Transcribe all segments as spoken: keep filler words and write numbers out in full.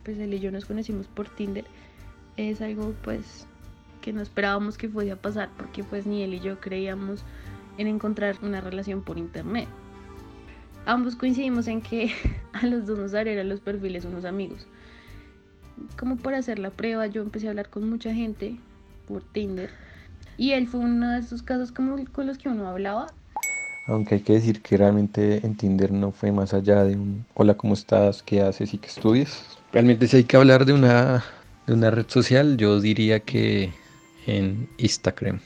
pues él y yo nos conocimos por Tinder. Es algo pues que no esperábamos que fuese a pasar, porque pues ni él y yo creíamos en encontrar una relación por internet. Ambos coincidimos en que a los dos nos abrieron los perfiles unos amigos. Como por hacer la prueba, yo empecé a hablar con mucha gente por Tinder, y él fue uno de esos casos como con los que uno hablaba. Aunque hay que decir que realmente en Tinder no fue más allá de un hola, ¿cómo estás? ¿Qué haces y qué estudias? Realmente si hay que hablar de una, de una red social, yo diría que en Instagram.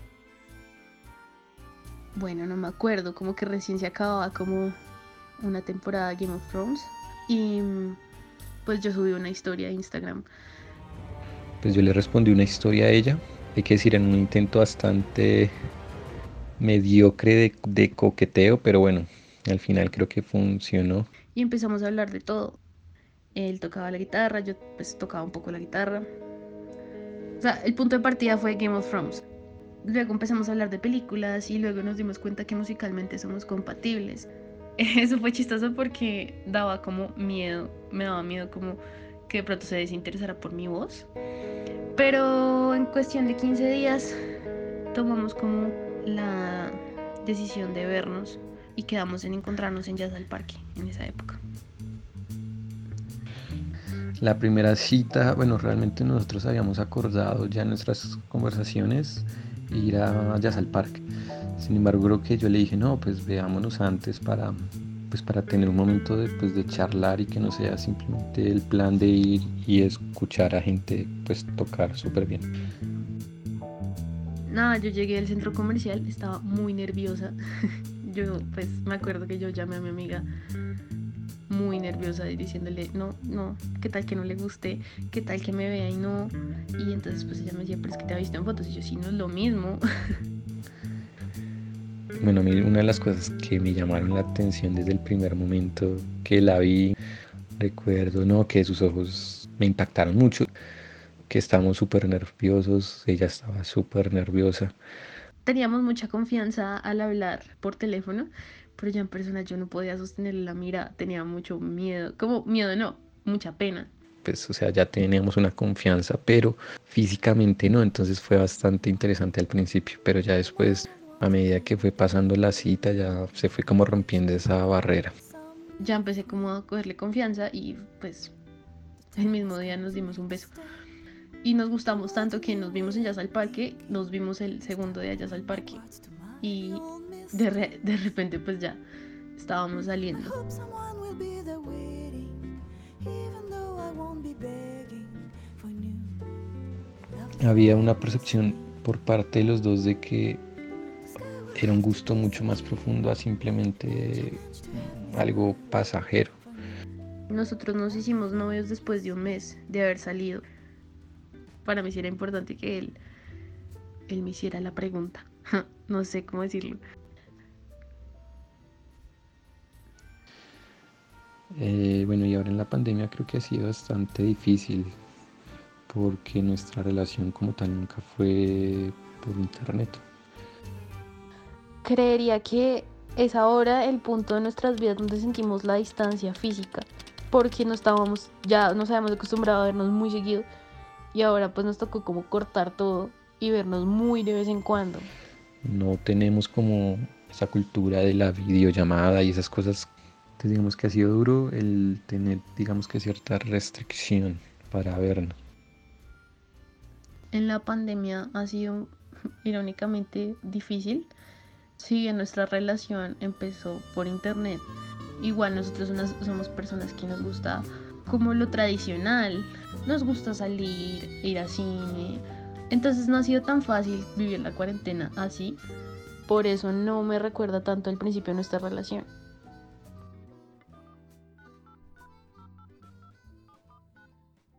Bueno, no me acuerdo, como que recién se acababa como una temporada de Game of Thrones, y pues yo subí una historia a Instagram. Pues yo le respondí una historia a ella, hay que decir en un intento bastante mediocre de, de coqueteo, pero bueno, al final creo que funcionó. Y empezamos a hablar de todo. Él tocaba la guitarra, yo pues tocaba un poco la guitarra. O sea, el punto de partida fue Game of Thrones. Luego empezamos a hablar de películas y luego nos dimos cuenta que musicalmente somos compatibles. Eso fue chistoso porque daba como miedo, me daba miedo como que de pronto se desinteresara por mi voz. Pero en cuestión de quince días tomamos como la decisión de vernos y quedamos en encontrarnos en Jazz al Parque en esa época. La primera cita, bueno, realmente nosotros habíamos acordado ya en nuestras conversaciones ir a Jazz al Parque. Sin embargo, creo que yo le dije, no, pues veámonos antes para, pues para tener un momento de, pues, de charlar y que no sea simplemente el plan de ir y escuchar a gente pues tocar súper bien. Nada, yo llegué al centro comercial, estaba muy nerviosa. Yo pues me acuerdo que yo llamé a mi amiga muy nerviosa y diciéndole, no, no, qué tal que no le guste, qué tal que me vea y no. Y entonces pues ella me decía, pero es que te ha visto en fotos. Y yo, sí, no es lo mismo. Bueno, a mí una de las cosas que me llamaron la atención desde el primer momento que la vi, recuerdo, no, que sus ojos me impactaron mucho, que estábamos súper nerviosos, ella estaba súper nerviosa. Teníamos mucha confianza al hablar por teléfono, pero ya en persona yo no podía sostener la mirada, tenía mucho miedo, como miedo no, mucha pena. Pues, o sea, ya teníamos una confianza, pero físicamente no, entonces fue bastante interesante al principio, pero ya después, a medida que fue pasando la cita, ya se fue como rompiendo esa barrera. Ya empecé como a cogerle confianza y pues el mismo día nos dimos un beso. Y nos gustamos tanto que nos vimos en Jazz al Parque, nos vimos el segundo día Jazz al Parque. Y de, re- de repente pues ya estábamos saliendo. Había una percepción por parte de los dos de que era un gusto mucho más profundo a simplemente algo pasajero. Nosotros nos hicimos novios después de un mes de haber salido. Para mí sí era importante que él, él me hiciera la pregunta. No sé cómo decirlo. Eh, bueno, y ahora en la pandemia creo que ha sido bastante difícil porque nuestra relación como tal nunca fue por internet. Creería que es ahora el punto de nuestras vidas donde sentimos la distancia física, porque no estábamos, ya nos habíamos acostumbrado a vernos muy seguido y ahora pues nos tocó como cortar todo y vernos muy de vez en cuando. No tenemos como esa cultura de la videollamada y esas cosas. Entonces digamos que ha sido duro el tener, digamos que cierta restricción para vernos. En la pandemia ha sido irónicamente difícil. Si bien nuestra relación empezó por internet, igual nosotros unas, somos personas que nos gusta como lo tradicional, nos gusta salir, ir al cine. Entonces no ha sido tan fácil vivir la cuarentena así. Por eso no me recuerda tanto el principio de nuestra relación.